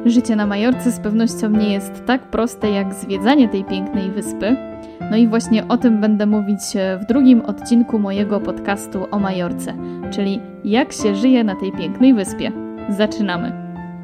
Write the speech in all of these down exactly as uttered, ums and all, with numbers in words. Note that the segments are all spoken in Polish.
Życie na Majorce z pewnością nie jest tak proste jak zwiedzanie tej pięknej wyspy. No i właśnie o tym będę mówić w drugim odcinku mojego podcastu o Majorce, czyli jak się żyje na tej pięknej wyspie. Zaczynamy!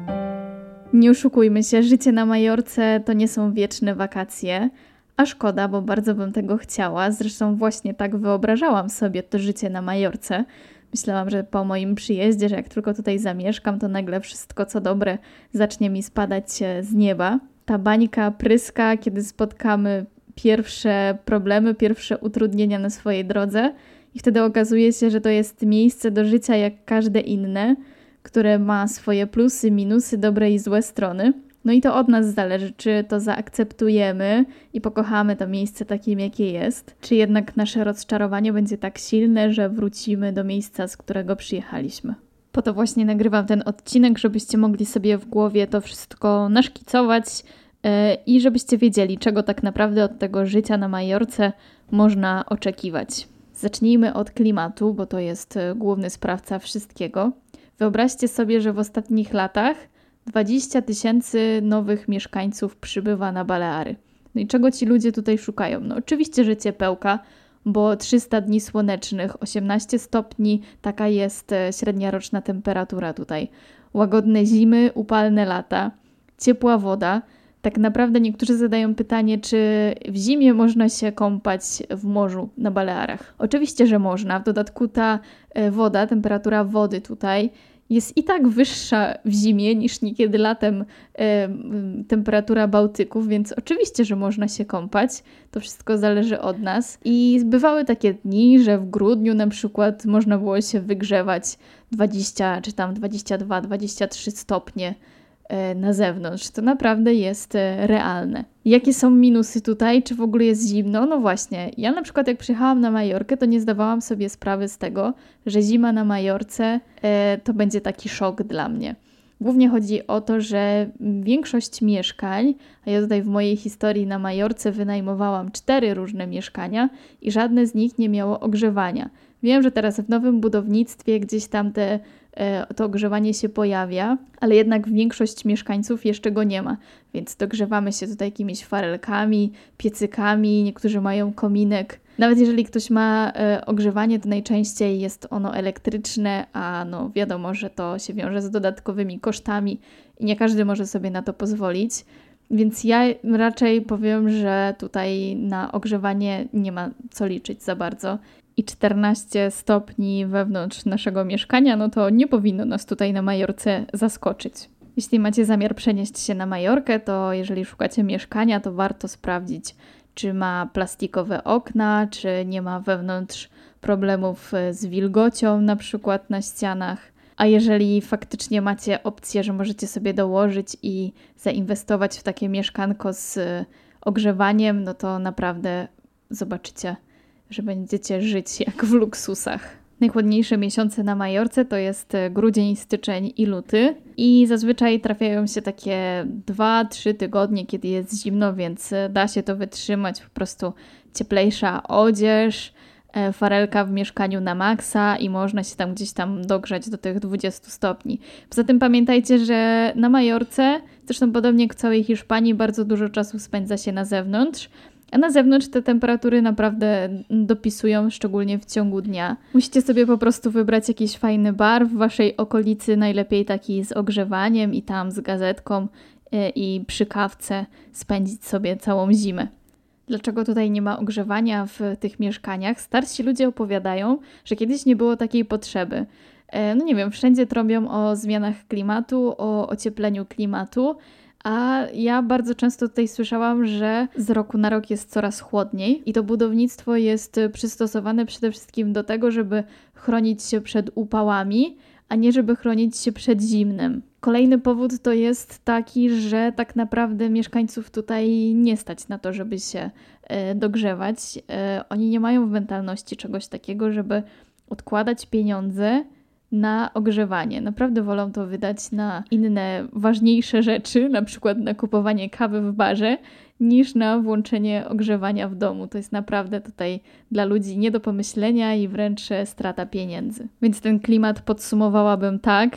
Nie oszukujmy się, życie na Majorce to nie są wieczne wakacje, a szkoda, bo bardzo bym tego chciała. Zresztą właśnie tak wyobrażałam sobie to życie na Majorce. Myślałam, że po moim przyjeździe, że jak tylko tutaj zamieszkam, to nagle wszystko co dobre zacznie mi spadać z nieba. Ta bańka pryska, kiedy spotkamy pierwsze problemy, pierwsze utrudnienia na swojej drodze i wtedy okazuje się, że to jest miejsce do życia jak każde inne, które ma swoje plusy, minusy, dobre i złe strony. No i to od nas zależy, czy to zaakceptujemy i pokochamy to miejsce takim, jakie jest, czy jednak nasze rozczarowanie będzie tak silne, że wrócimy do miejsca, z którego przyjechaliśmy. Po to właśnie nagrywam ten odcinek, żebyście mogli sobie w głowie to wszystko naszkicować yy, i żebyście wiedzieli, czego tak naprawdę od tego życia na Majorce można oczekiwać. Zacznijmy od klimatu, bo to jest główny sprawca wszystkiego. Wyobraźcie sobie, że w ostatnich latach dwadzieścia tysięcy nowych mieszkańców przybywa na Baleary. No i czego ci ludzie tutaj szukają? No oczywiście, że ciepełka, bo trzysta dni słonecznych, osiemnaście stopni, taka jest średnia roczna temperatura tutaj. Łagodne zimy, upalne lata, ciepła woda. Tak naprawdę niektórzy zadają pytanie, czy w zimie można się kąpać w morzu na Balearach. Oczywiście, że można. W dodatku ta woda, temperatura wody tutaj jest i tak wyższa w zimie niż niekiedy latem e, temperatura Bałtyków, więc oczywiście, że można się kąpać. To wszystko zależy od nas. I bywały takie dni, że w grudniu na przykład można było się wygrzewać dwadzieścia czy tam dwadzieścia dwa dwadzieścia trzy stopnie e, na zewnątrz. To naprawdę jest e, realne. Jakie są minusy tutaj? Czy w ogóle jest zimno? No właśnie, ja na przykład jak przyjechałam na Majorkę, to nie zdawałam sobie sprawy z tego, że zima na Majorce e, to będzie taki szok dla mnie. Głównie chodzi o to, że większość mieszkań, a ja tutaj w mojej historii na Majorce wynajmowałam cztery różne mieszkania i żadne z nich nie miało ogrzewania. Wiem, że teraz w nowym budownictwie gdzieś tam te, e, to ogrzewanie się pojawia, ale jednak większość mieszkańców jeszcze go nie ma, więc dogrzewamy się tutaj jakimiś farelkami, piecykami, niektórzy mają kominek. Nawet jeżeli ktoś ma e, ogrzewanie, to najczęściej jest ono elektryczne, a no wiadomo, że to się wiąże z dodatkowymi kosztami i nie każdy może sobie na to pozwolić. Więc ja raczej powiem, że tutaj na ogrzewanie nie ma co liczyć za bardzo. I czternaście stopni wewnątrz naszego mieszkania, no to nie powinno nas tutaj na Majorce zaskoczyć. Jeśli macie zamiar przenieść się na Majorkę, to jeżeli szukacie mieszkania, to warto sprawdzić, czy ma plastikowe okna, czy nie ma wewnątrz problemów z wilgocią, na przykład na ścianach. A jeżeli faktycznie macie opcję, że możecie sobie dołożyć i zainwestować w takie mieszkanko z ogrzewaniem, no to naprawdę zobaczycie, że będziecie żyć jak w luksusach. Najchłodniejsze miesiące na Majorce to jest grudzień, styczeń i luty i zazwyczaj trafiają się takie dwa trzy tygodnie, kiedy jest zimno, więc da się to wytrzymać, po prostu cieplejsza odzież, farelka w mieszkaniu na maksa i można się tam gdzieś tam dogrzać do tych dwudziestu stopni. Poza tym pamiętajcie, że na Majorce, zresztą podobnie jak w całej Hiszpanii, bardzo dużo czasu spędza się na zewnątrz, a na zewnątrz te temperatury naprawdę dopisują, szczególnie w ciągu dnia. Musicie sobie po prostu wybrać jakiś fajny bar w waszej okolicy, najlepiej taki z ogrzewaniem i tam z gazetką i przy kawce spędzić sobie całą zimę. Dlaczego tutaj nie ma ogrzewania w tych mieszkaniach? Starsi ludzie opowiadają, że kiedyś nie było takiej potrzeby. No nie wiem, wszędzie trąbią o zmianach klimatu, o ociepleniu klimatu, a ja bardzo często tutaj słyszałam, że z roku na rok jest coraz chłodniej i to budownictwo jest przystosowane przede wszystkim do tego, żeby chronić się przed upałami, a nie żeby chronić się przed zimnem. Kolejny powód to jest taki, że tak naprawdę mieszkańców tutaj nie stać na to, żeby się e, dogrzewać. E, oni nie mają w mentalności czegoś takiego, żeby odkładać pieniądze na ogrzewanie. Naprawdę wolą to wydać na inne, ważniejsze rzeczy, na przykład na kupowanie kawy w barze, niż na włączenie ogrzewania w domu. To jest naprawdę tutaj dla ludzi nie do pomyślenia i wręcz strata pieniędzy. Więc ten klimat podsumowałabym tak,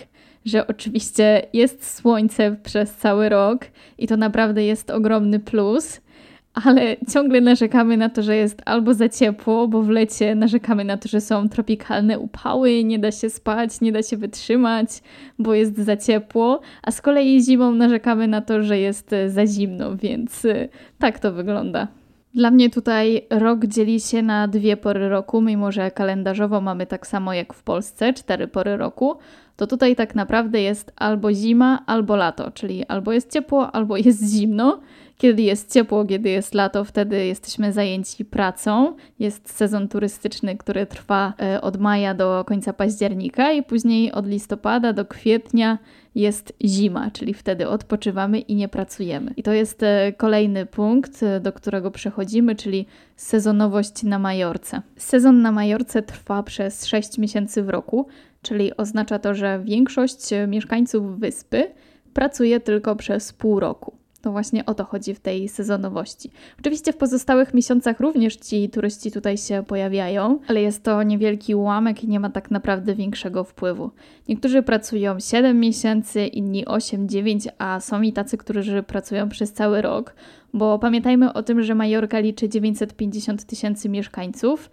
że oczywiście jest słońce przez cały rok i to naprawdę jest ogromny plus, ale ciągle narzekamy na to, że jest albo za ciepło, bo w lecie narzekamy na to, że są tropikalne upały, nie da się spać, nie da się wytrzymać, bo jest za ciepło, a z kolei zimą narzekamy na to, że jest za zimno, więc tak to wygląda. Dla mnie tutaj rok dzieli się na dwie pory roku, mimo że kalendarzowo mamy tak samo jak w Polsce, cztery pory roku, to tutaj tak naprawdę jest albo zima, albo lato, czyli albo jest ciepło, albo jest zimno. Kiedy jest ciepło, kiedy jest lato, wtedy jesteśmy zajęci pracą. Jest sezon turystyczny, który trwa od maja do końca października i później od listopada do kwietnia jest zima, czyli wtedy odpoczywamy i nie pracujemy. I to jest kolejny punkt, do którego przechodzimy, czyli sezonowość na Majorce. Sezon na Majorce trwa przez sześć miesięcy w roku, czyli oznacza to, że większość mieszkańców wyspy pracuje tylko przez pół roku. To właśnie o to chodzi w tej sezonowości. Oczywiście w pozostałych miesiącach również ci turyści tutaj się pojawiają, ale jest to niewielki ułamek i nie ma tak naprawdę większego wpływu. Niektórzy pracują siedem miesięcy, inni osiem dziewięć, a są i tacy, którzy pracują przez cały rok, bo pamiętajmy o tym, że Majorka liczy dziewięćset pięćdziesiąt tysięcy mieszkańców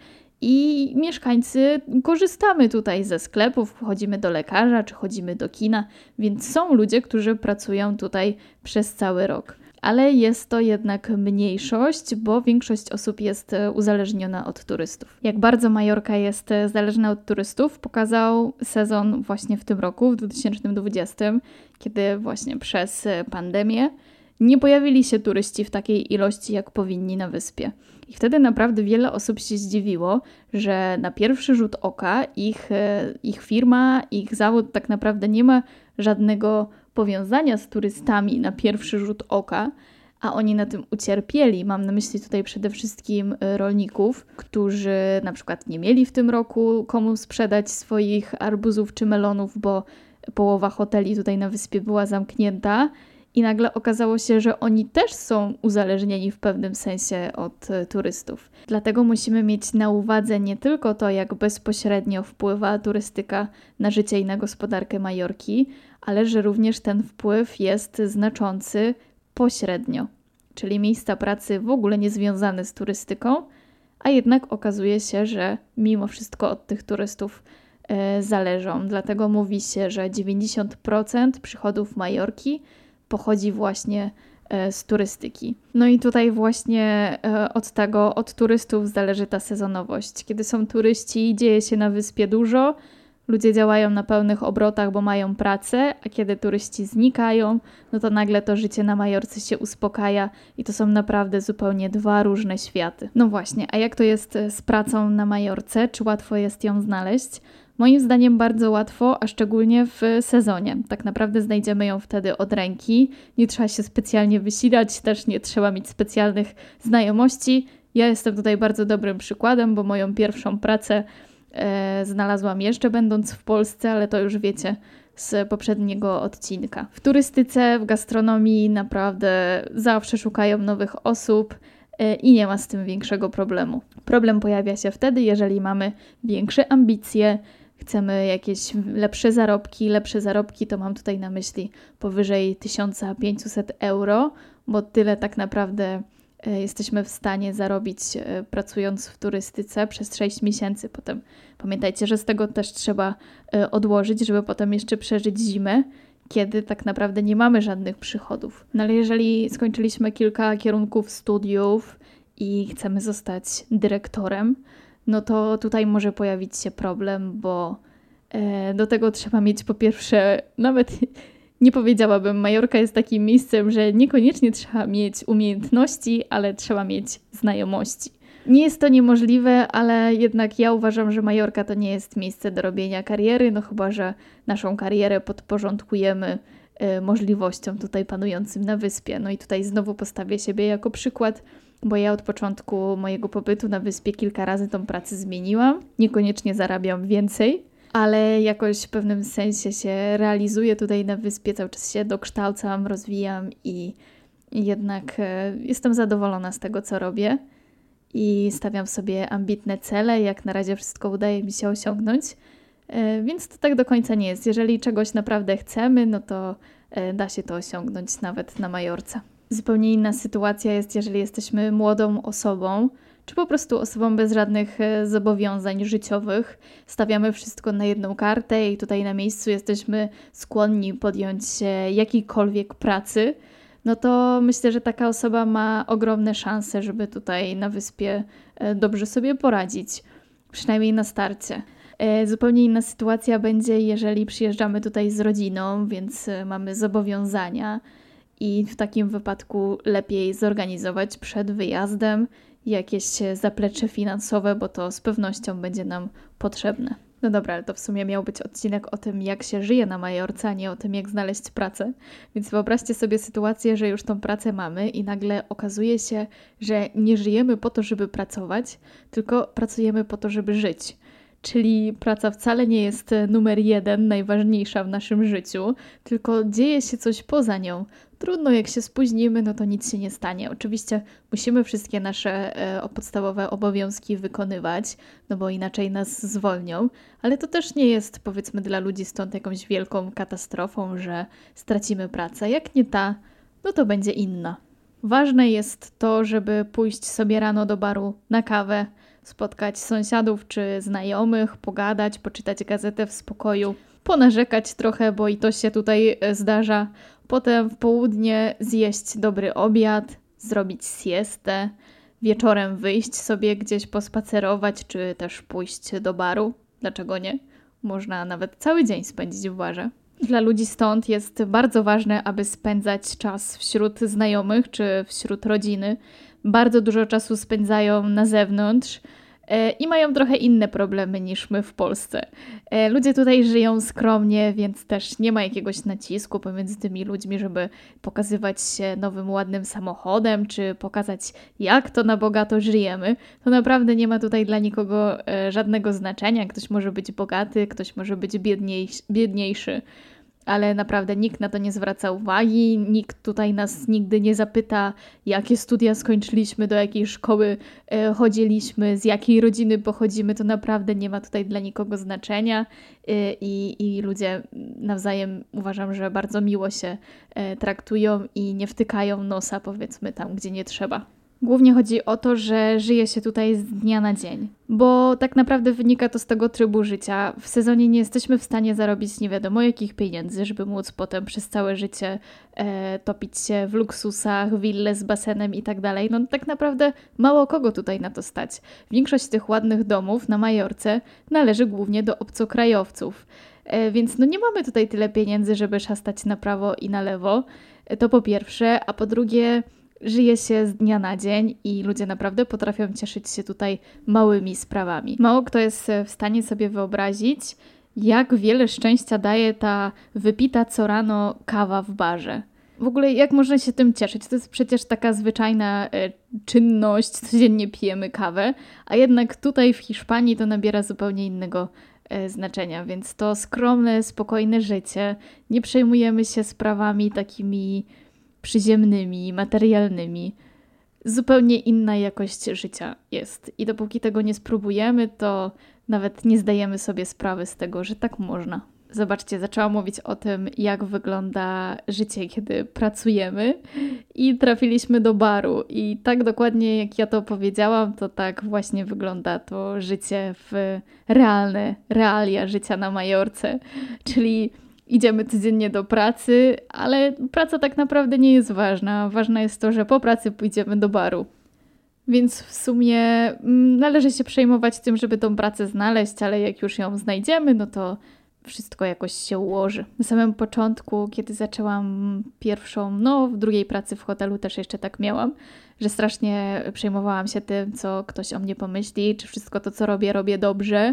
i mieszkańcy korzystamy tutaj ze sklepów, chodzimy do lekarza czy chodzimy do kina, więc są ludzie, którzy pracują tutaj przez cały rok. Ale jest to jednak mniejszość, bo większość osób jest uzależniona od turystów. Jak bardzo Majorka jest zależna od turystów, pokazał sezon właśnie w tym roku, w dwa tysiące dwudziestym, kiedy właśnie przez pandemię nie pojawili się turyści w takiej ilości, jak powinni na wyspie. I wtedy naprawdę wiele osób się zdziwiło, że na pierwszy rzut oka ich, ich firma, ich zawód tak naprawdę nie ma żadnego powiązania z turystami na pierwszy rzut oka, a oni na tym ucierpieli. Mam na myśli tutaj przede wszystkim rolników, którzy na przykład nie mieli w tym roku komu sprzedać swoich arbuzów czy melonów, bo połowa hoteli tutaj na wyspie była zamknięta. I nagle okazało się, że oni też są uzależnieni w pewnym sensie od turystów. Dlatego musimy mieć na uwadze nie tylko to, jak bezpośrednio wpływa turystyka na życie i na gospodarkę Majorki, ale że również ten wpływ jest znaczący pośrednio. Czyli miejsca pracy w ogóle nie związane z turystyką, a jednak okazuje się, że mimo wszystko od tych turystów e, zależą. Dlatego mówi się, że dziewięćdziesiąt procent przychodów Majorki pochodzi właśnie z turystyki. No i tutaj właśnie od tego, od turystów zależy ta sezonowość. Kiedy są turyści, dzieje się na wyspie dużo, ludzie działają na pełnych obrotach, bo mają pracę, a kiedy turyści znikają, no to nagle to życie na Majorce się uspokaja i to są naprawdę zupełnie dwa różne światy. No właśnie, a jak to jest z pracą na Majorce? Czy łatwo jest ją znaleźć? Moim zdaniem bardzo łatwo, a szczególnie w sezonie. Tak naprawdę znajdziemy ją wtedy od ręki. Nie trzeba się specjalnie wysilać, też nie trzeba mieć specjalnych znajomości. Ja jestem tutaj bardzo dobrym przykładem, bo moją pierwszą pracę e, znalazłam jeszcze będąc w Polsce, ale to już wiecie z poprzedniego odcinka. W turystyce, w gastronomii naprawdę zawsze szukają nowych osób e, i nie ma z tym większego problemu. Problem pojawia się wtedy, jeżeli mamy większe ambicje, chcemy jakieś lepsze zarobki. Lepsze zarobki to mam tutaj na myśli powyżej tysiąc pięćset euro, bo tyle tak naprawdę jesteśmy w stanie zarobić pracując w turystyce przez sześć miesięcy. Potem pamiętajcie, że z tego też trzeba odłożyć, żeby potem jeszcze przeżyć zimę, kiedy tak naprawdę nie mamy żadnych przychodów. No ale jeżeli skończyliśmy kilka kierunków studiów i chcemy zostać dyrektorem, no to tutaj może pojawić się problem, bo e, do tego trzeba mieć po pierwsze, nawet nie powiedziałabym, Majorka jest takim miejscem, że niekoniecznie trzeba mieć umiejętności, ale trzeba mieć znajomości. Nie jest to niemożliwe, ale jednak ja uważam, że Majorka to nie jest miejsce do robienia kariery, no chyba że naszą karierę podporządkujemy e, możliwościom tutaj panującym na wyspie. No i tutaj znowu postawię siebie jako przykład, bo ja od początku mojego pobytu na wyspie kilka razy tą pracę zmieniłam. Niekoniecznie zarabiam więcej, ale jakoś w pewnym sensie się realizuję tutaj na wyspie, cały czas się dokształcam, rozwijam i jednak e, jestem zadowolona z tego, co robię i stawiam sobie ambitne cele. Jak na razie wszystko udaje mi się osiągnąć, Więc to tak do końca nie jest. Jeżeli czegoś naprawdę chcemy, no to da się to osiągnąć nawet na Majorce. Zupełnie inna sytuacja jest, jeżeli jesteśmy młodą osobą, czy po prostu osobą bez żadnych zobowiązań życiowych. Stawiamy wszystko na jedną kartę i tutaj na miejscu jesteśmy skłonni podjąć się jakiejkolwiek pracy, no to myślę, że taka osoba ma ogromne szanse, żeby tutaj na wyspie dobrze sobie poradzić, przynajmniej na starcie. Zupełnie inna sytuacja będzie, jeżeli przyjeżdżamy tutaj z rodziną, więc mamy zobowiązania i w takim wypadku lepiej zorganizować przed wyjazdem jakieś zaplecze finansowe, bo to z pewnością będzie nam potrzebne. No dobra, ale to w sumie miał być odcinek o tym, jak się żyje na Majorce, a nie o tym, jak znaleźć pracę. Więc wyobraźcie sobie sytuację, że już tą pracę mamy i nagle okazuje się, że nie żyjemy po to, żeby pracować, tylko pracujemy po to, żeby żyć. Czyli praca wcale nie jest numer jeden, najważniejsza w naszym życiu, tylko dzieje się coś poza nią. Trudno, jak się spóźnimy, no to nic się nie stanie. Oczywiście musimy wszystkie nasze e, podstawowe obowiązki wykonywać, no bo inaczej nas zwolnią, ale to też nie jest, powiedzmy, dla ludzi stąd jakąś wielką katastrofą, że stracimy pracę. Jak nie ta, no to będzie inna. Ważne jest to, żeby pójść sobie rano do baru na kawę, spotkać sąsiadów czy znajomych, pogadać, poczytać gazetę w spokoju, ponarzekać trochę, bo i to się tutaj zdarza. Potem w południe zjeść dobry obiad, zrobić siestę, wieczorem wyjść sobie gdzieś pospacerować, czy też pójść do baru. Dlaczego nie? Można nawet cały dzień spędzić w barze. Dla ludzi stąd jest bardzo ważne, aby spędzać czas wśród znajomych czy wśród rodziny. Bardzo dużo czasu spędzają na zewnątrz i mają trochę inne problemy niż my w Polsce. Ludzie tutaj żyją skromnie, więc też nie ma jakiegoś nacisku pomiędzy tymi ludźmi, żeby pokazywać się nowym, ładnym samochodem, czy pokazać, jak to na bogato żyjemy. To naprawdę nie ma tutaj dla nikogo żadnego znaczenia. Ktoś może być bogaty, ktoś może być biedniejszy. biedniejszy. Ale naprawdę nikt na to nie zwraca uwagi, nikt tutaj nas nigdy nie zapyta, jakie studia skończyliśmy, do jakiej szkoły e, chodziliśmy, z jakiej rodziny pochodzimy, to naprawdę nie ma tutaj dla nikogo znaczenia e, i, i ludzie nawzajem uważam, że bardzo miło się e, traktują i nie wtykają nosa, powiedzmy, tam, gdzie nie trzeba. Głównie chodzi o to, że żyje się tutaj z dnia na dzień, bo tak naprawdę wynika to z tego trybu życia. W sezonie nie jesteśmy w stanie zarobić nie wiadomo jakich pieniędzy, żeby móc potem przez całe życie e, topić się w luksusach, wille z basenem i tak dalej. No tak naprawdę mało kogo tutaj na to stać. Większość tych ładnych domów na Majorce należy głównie do obcokrajowców, e, więc no nie mamy tutaj tyle pieniędzy, żeby szastać na prawo i na lewo. E, to po pierwsze, a po drugie żyje się z dnia na dzień i ludzie naprawdę potrafią cieszyć się tutaj małymi sprawami. Mało kto jest w stanie sobie wyobrazić, jak wiele szczęścia daje ta wypita co rano kawa w barze. W ogóle jak można się tym cieszyć? To jest przecież taka zwyczajna e, czynność, codziennie pijemy kawę, a jednak tutaj w Hiszpanii to nabiera zupełnie innego e, znaczenia, więc to skromne, spokojne życie, nie przejmujemy się sprawami takimi przyziemnymi, materialnymi. Zupełnie inna jakość życia jest. I dopóki tego nie spróbujemy, to nawet nie zdajemy sobie sprawy z tego, że tak można. Zobaczcie, zaczęłam mówić o tym, jak wygląda życie, kiedy pracujemy i trafiliśmy do baru. I tak dokładnie jak ja to powiedziałam, to tak właśnie wygląda to życie w realne realia życia na Majorce. Czyli idziemy codziennie do pracy, ale praca tak naprawdę nie jest ważna. Ważne jest to, że po pracy pójdziemy do baru. Więc w sumie należy się przejmować tym, żeby tą pracę znaleźć, ale jak już ją znajdziemy, no to wszystko jakoś się ułoży. Na samym początku, kiedy zaczęłam pierwszą, no w drugiej pracy w hotelu też jeszcze tak miałam, że strasznie przejmowałam się tym, co ktoś o mnie pomyśli, czy wszystko to, co robię, robię dobrze.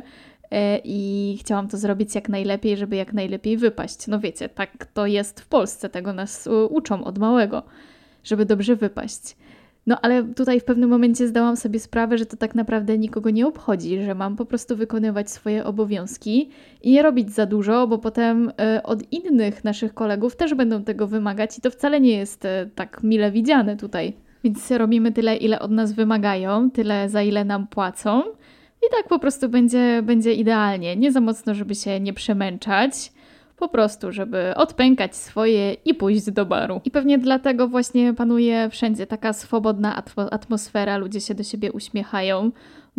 I chciałam to zrobić jak najlepiej, żeby jak najlepiej wypaść. No wiecie, tak to jest w Polsce, tego nas uczą od małego, żeby dobrze wypaść. No ale tutaj w pewnym momencie zdałam sobie sprawę, że to tak naprawdę nikogo nie obchodzi, że mam po prostu wykonywać swoje obowiązki i nie robić za dużo, bo potem od innych naszych kolegów też będą tego wymagać i to wcale nie jest tak mile widziane tutaj. Więc robimy tyle, ile od nas wymagają, tyle za ile nam płacą. i tak po prostu będzie, będzie idealnie. Nie za mocno, żeby się nie przemęczać. Po prostu, żeby odpękać swoje i pójść do baru. I pewnie dlatego właśnie panuje wszędzie taka swobodna atmo- atmosfera, ludzie się do siebie uśmiechają,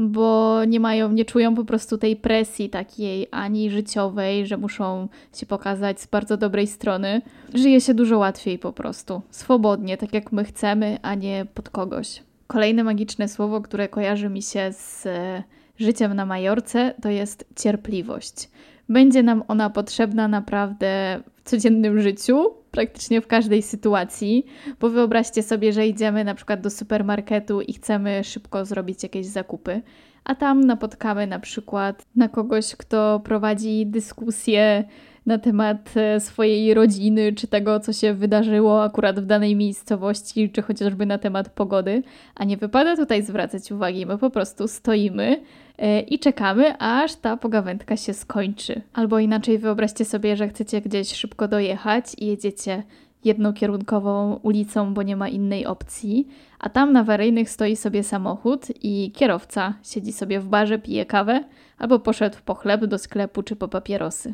bo nie mają, nie czują po prostu tej presji takiej ani życiowej, że muszą się pokazać z bardzo dobrej strony. Żyje się dużo łatwiej po prostu, swobodnie, tak jak my chcemy, a nie pod kogoś. Kolejne magiczne słowo, które kojarzy mi się z e, życiem na Majorce, to jest cierpliwość. Będzie nam ona potrzebna naprawdę w codziennym życiu, praktycznie w każdej sytuacji, bo wyobraźcie sobie, że idziemy na przykład do supermarketu i chcemy szybko zrobić jakieś zakupy, a tam napotkamy na przykład na kogoś, kto prowadzi dyskusję na temat swojej rodziny, czy tego, co się wydarzyło akurat w danej miejscowości, czy chociażby na temat pogody, a nie wypada tutaj zwracać uwagi, my po prostu stoimy i czekamy, aż ta pogawędka się skończy. Albo inaczej wyobraźcie sobie, że chcecie gdzieś szybko dojechać i jedziecie jednokierunkową ulicą, bo nie ma innej opcji, a tam na awaryjnych stoi sobie samochód i kierowca siedzi sobie w barze, pije kawę, albo poszedł po chleb do sklepu czy po papierosy.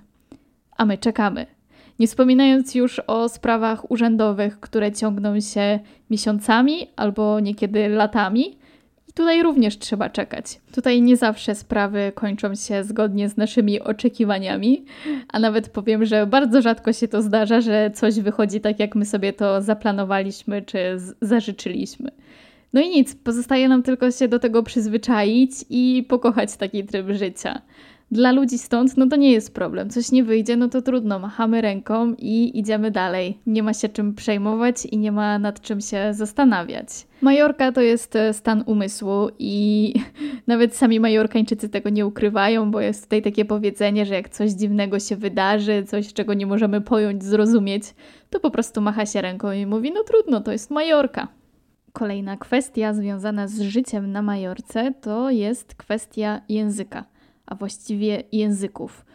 A my czekamy. Nie wspominając już o sprawach urzędowych, które ciągną się miesiącami albo niekiedy latami. I tutaj również trzeba czekać. Tutaj nie zawsze sprawy kończą się zgodnie z naszymi oczekiwaniami, a nawet powiem, że bardzo rzadko się to zdarza, że coś wychodzi tak, jak my sobie to zaplanowaliśmy czy z- zażyczyliśmy. No i nic, pozostaje nam tylko się do tego przyzwyczaić i pokochać taki tryb życia. Dla ludzi stąd, no to nie jest problem. Coś nie wyjdzie, no to trudno, machamy ręką i idziemy dalej. Nie ma się czym przejmować i nie ma nad czym się zastanawiać. Majorka to jest stan umysłu i nawet sami Majorkańczycy tego nie ukrywają, bo jest tutaj takie powiedzenie, że jak coś dziwnego się wydarzy, coś, czego nie możemy pojąć, zrozumieć, to po prostu macha się ręką i mówi, no trudno, to jest Majorka. Kolejna kwestia związana z życiem na Majorce to jest kwestia języka. A właściwie języków,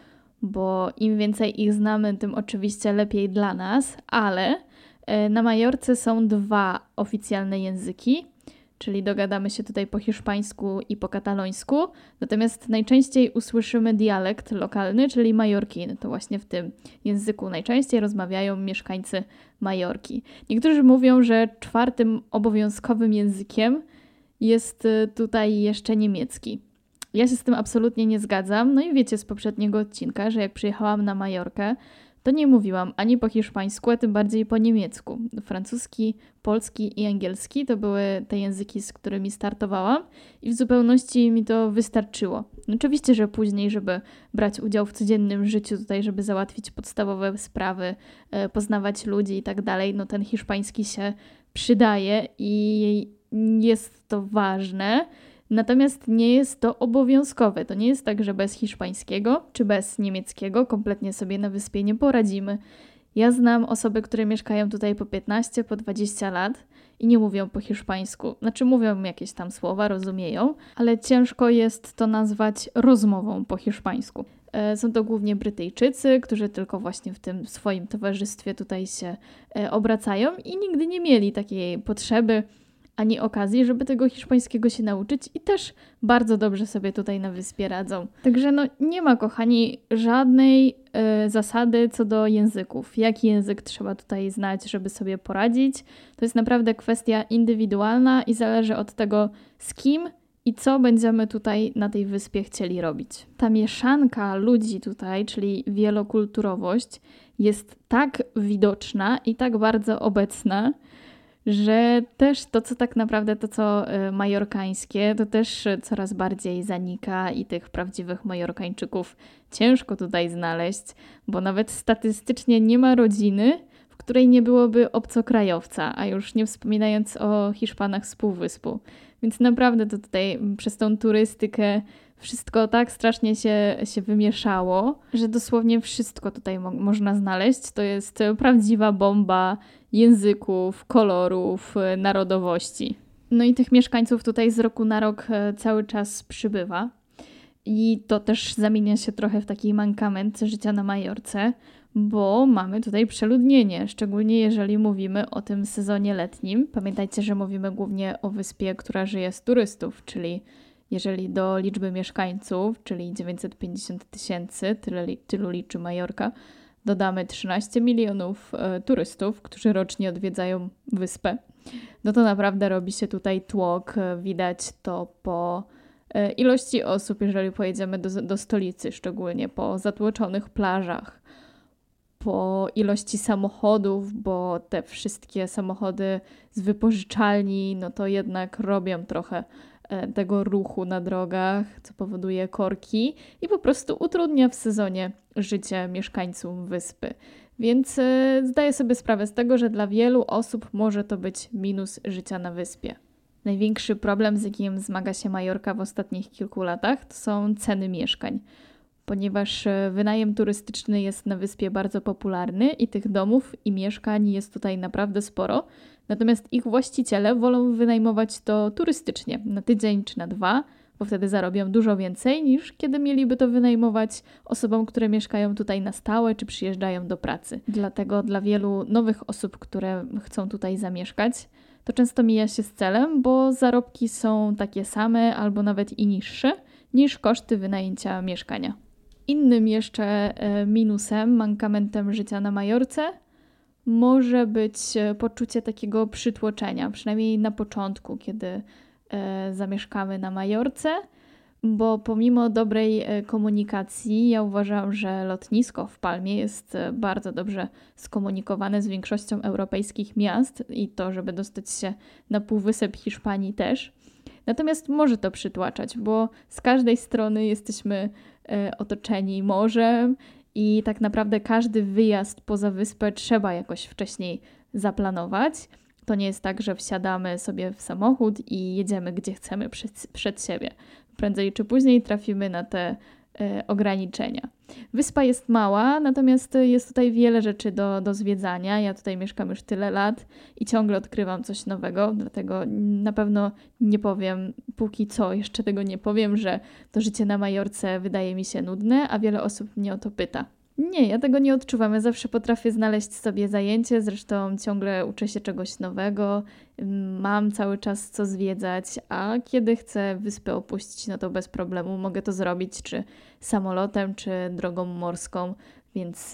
bo im więcej ich znamy, tym oczywiście lepiej dla nas, ale na Majorce są dwa oficjalne języki, czyli dogadamy się tutaj po hiszpańsku i po katalońsku, natomiast najczęściej usłyszymy dialekt lokalny, czyli majorkin. To właśnie w tym języku najczęściej rozmawiają mieszkańcy Majorki. Niektórzy mówią, że czwartym obowiązkowym językiem jest tutaj jeszcze niemiecki. Ja się z tym absolutnie nie zgadzam. No i wiecie z poprzedniego odcinka, że jak przyjechałam na Majorkę, to nie mówiłam ani po hiszpańsku, a tym bardziej po niemiecku. Francuski, polski i angielski to były te języki, z którymi startowałam i w zupełności mi to wystarczyło. Oczywiście, że później, żeby brać udział w codziennym życiu tutaj, żeby załatwić podstawowe sprawy, poznawać ludzi i tak dalej, no ten hiszpański się przydaje i jest to ważne. Natomiast nie jest to obowiązkowe. To nie jest tak, że bez hiszpańskiego czy bez niemieckiego kompletnie sobie na wyspie nie poradzimy. Ja znam osoby, które mieszkają tutaj po piętnaście, po dwadzieścia lat i nie mówią po hiszpańsku. Znaczy mówią jakieś tam słowa, rozumieją, ale ciężko jest to nazwać rozmową po hiszpańsku. Są to głównie Brytyjczycy, którzy tylko właśnie w tym swoim towarzystwie tutaj się obracają i nigdy nie mieli takiej potrzeby ani okazji, żeby tego hiszpańskiego się nauczyć i też bardzo dobrze sobie tutaj na wyspie radzą. Także no nie ma, kochani, żadnej y, zasady co do języków. Jaki język trzeba tutaj znać, żeby sobie poradzić. To jest naprawdę kwestia indywidualna i zależy od tego, z kim i co będziemy tutaj na tej wyspie chcieli robić. Ta mieszanka ludzi tutaj, czyli wielokulturowość, jest tak widoczna i tak bardzo obecna, że też to, co tak naprawdę, to co majorkańskie, to też coraz bardziej zanika i tych prawdziwych Majorkańczyków ciężko tutaj znaleźć, bo nawet statystycznie nie ma rodziny, w której nie byłoby obcokrajowca, a już nie wspominając o Hiszpanach z Półwyspu. Więc naprawdę to tutaj przez tą turystykę wszystko tak strasznie się, się wymieszało, że dosłownie wszystko tutaj mo- można znaleźć. To jest prawdziwa bomba języków, kolorów, narodowości. No i tych mieszkańców tutaj z roku na rok cały czas przybywa. I to też zamienia się trochę w taki mankament życia na Majorce, bo mamy tutaj przeludnienie, szczególnie jeżeli mówimy o tym sezonie letnim. Pamiętajcie, że mówimy głównie o wyspie, która żyje z turystów, czyli Jeżeli do liczby mieszkańców, czyli dziewięćset pięćdziesiąt tysięcy, tyle, tylu liczy Majorka, dodamy trzynaście milionów e, turystów, którzy rocznie odwiedzają wyspę, no to naprawdę robi się tutaj tłok. Widać to po e, ilości osób, jeżeli pojedziemy do, do stolicy, szczególnie po zatłoczonych plażach, po ilości samochodów, bo te wszystkie samochody z wypożyczalni, no to jednak robią trochę tego ruchu na drogach, co powoduje korki i po prostu utrudnia w sezonie życie mieszkańcom wyspy. Więc yy, zdaję sobie sprawę z tego, że dla wielu osób może to być minus życia na wyspie. Największy problem, z jakim zmaga się Majorka w ostatnich kilku latach, to są ceny mieszkań. Ponieważ wynajem turystyczny jest na wyspie bardzo popularny i tych domów i mieszkań jest tutaj naprawdę sporo, natomiast ich właściciele wolą wynajmować to turystycznie, na tydzień czy na dwa, bo wtedy zarobią dużo więcej niż kiedy mieliby to wynajmować osobom, które mieszkają tutaj na stałe czy przyjeżdżają do pracy. Dlatego dla wielu nowych osób, które chcą tutaj zamieszkać, to często mija się z celem, bo zarobki są takie same albo nawet i niższe niż koszty wynajęcia mieszkania. Innym jeszcze minusem, mankamentem życia na Majorce może być poczucie takiego przytłoczenia, przynajmniej na początku, kiedy zamieszkamy na Majorce, bo pomimo dobrej komunikacji, ja uważam, że lotnisko w Palmie jest bardzo dobrze skomunikowane z większością europejskich miast i to, żeby dostać się na półwysep Hiszpanii też. Natomiast może to przytłaczać, bo z każdej strony jesteśmy e, otoczeni morzem i tak naprawdę każdy wyjazd poza wyspę trzeba jakoś wcześniej zaplanować. To nie jest tak, że wsiadamy sobie w samochód i jedziemy gdzie chcemy przed, przed siebie. Prędzej czy później trafimy na te e, ograniczenia. Wyspa jest mała, natomiast jest tutaj wiele rzeczy do, do zwiedzania. Ja tutaj mieszkam już tyle lat i ciągle odkrywam coś nowego, dlatego na pewno nie powiem, póki co jeszcze tego nie powiem, że to życie na Majorce wydaje mi się nudne, a wiele osób mnie o to pyta. Nie, ja tego nie odczuwam. Ja zawsze potrafię znaleźć sobie zajęcie, zresztą ciągle uczę się czegoś nowego, mam cały czas co zwiedzać, a kiedy chcę wyspę opuścić, no to bez problemu mogę to zrobić, czy samolotem, czy drogą morską, więc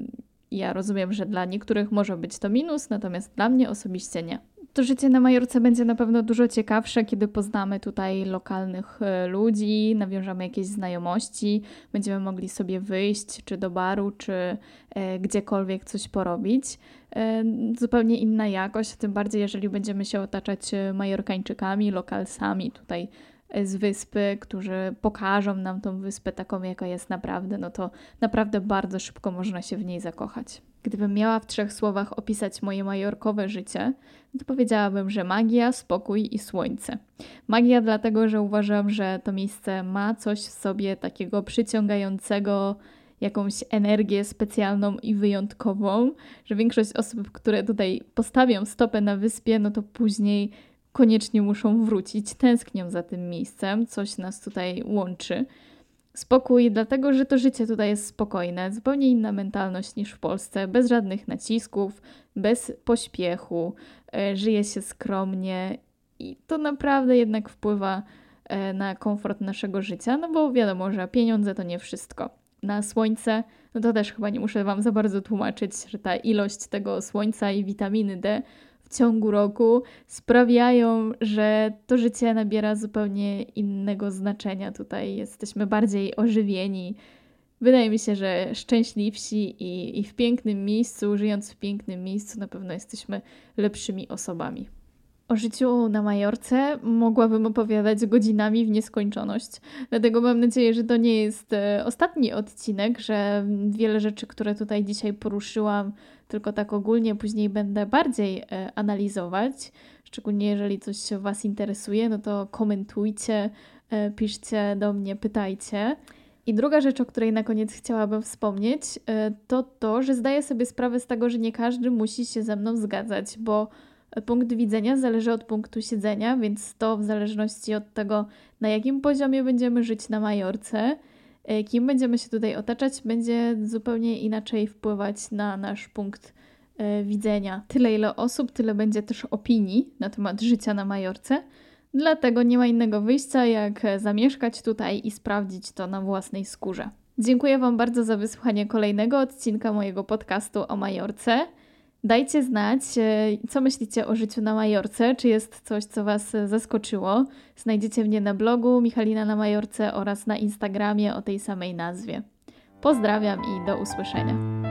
ja rozumiem, że dla niektórych może być to minus, natomiast dla mnie osobiście nie. To życie na Majorce będzie na pewno dużo ciekawsze, kiedy poznamy tutaj lokalnych ludzi, nawiążemy jakieś znajomości, będziemy mogli sobie wyjść czy do baru, czy e, gdziekolwiek coś porobić. E, zupełnie inna jakość, tym bardziej jeżeli będziemy się otaczać Majorkańczykami, lokalsami tutaj z wyspy, którzy pokażą nam tą wyspę taką, jaka jest naprawdę, no to naprawdę bardzo szybko można się w niej zakochać. Gdybym miała w trzech słowach opisać moje majorkowe życie, to powiedziałabym, że magia, spokój i słońce. Magia dlatego, że uważam, że to miejsce ma coś w sobie takiego przyciągającego, jakąś energię specjalną i wyjątkową, że większość osób, które tutaj postawią stopę na wyspie, no to później koniecznie muszą wrócić, tęsknią za tym miejscem, coś nas tutaj łączy. Spokój, dlatego że to życie tutaj jest spokojne, zupełnie inna mentalność niż w Polsce, bez żadnych nacisków, bez pośpiechu, e, żyje się skromnie i to naprawdę jednak wpływa e, na komfort naszego życia, no bo wiadomo, że pieniądze to nie wszystko. Na słońce, no to też chyba nie muszę Wam za bardzo tłumaczyć, że ta ilość tego słońca i witaminy D w ciągu roku sprawiają, że to życie nabiera zupełnie innego znaczenia. Tutaj jesteśmy bardziej ożywieni. Wydaje mi się, że szczęśliwsi i, i w pięknym miejscu, żyjąc w pięknym miejscu, na pewno jesteśmy lepszymi osobami. O życiu na Majorce mogłabym opowiadać godzinami w nieskończoność, dlatego mam nadzieję, że to nie jest e, ostatni odcinek, że wiele rzeczy, które tutaj dzisiaj poruszyłam, tylko tak ogólnie później będę bardziej e, analizować, szczególnie jeżeli coś Was interesuje, no to komentujcie, e, piszcie do mnie, pytajcie. I druga rzecz, o której na koniec chciałabym wspomnieć, e, to to, że zdaję sobie sprawę z tego, że nie każdy musi się ze mną zgadzać, bo punkt widzenia zależy od punktu siedzenia, więc to w zależności od tego, na jakim poziomie będziemy żyć na Majorce, kim będziemy się tutaj otaczać, będzie zupełnie inaczej wpływać na nasz punkt widzenia. Tyle ile osób, tyle będzie też opinii na temat życia na Majorce. Dlatego nie ma innego wyjścia, jak zamieszkać tutaj i sprawdzić to na własnej skórze. Dziękuję Wam bardzo za wysłuchanie kolejnego odcinka mojego podcastu o Majorce. Dajcie znać, co myślicie o życiu na Majorce, czy jest coś, co Was zaskoczyło. Znajdziecie mnie na blogu Michalina na Majorce oraz na Instagramie o tej samej nazwie. Pozdrawiam i do usłyszenia.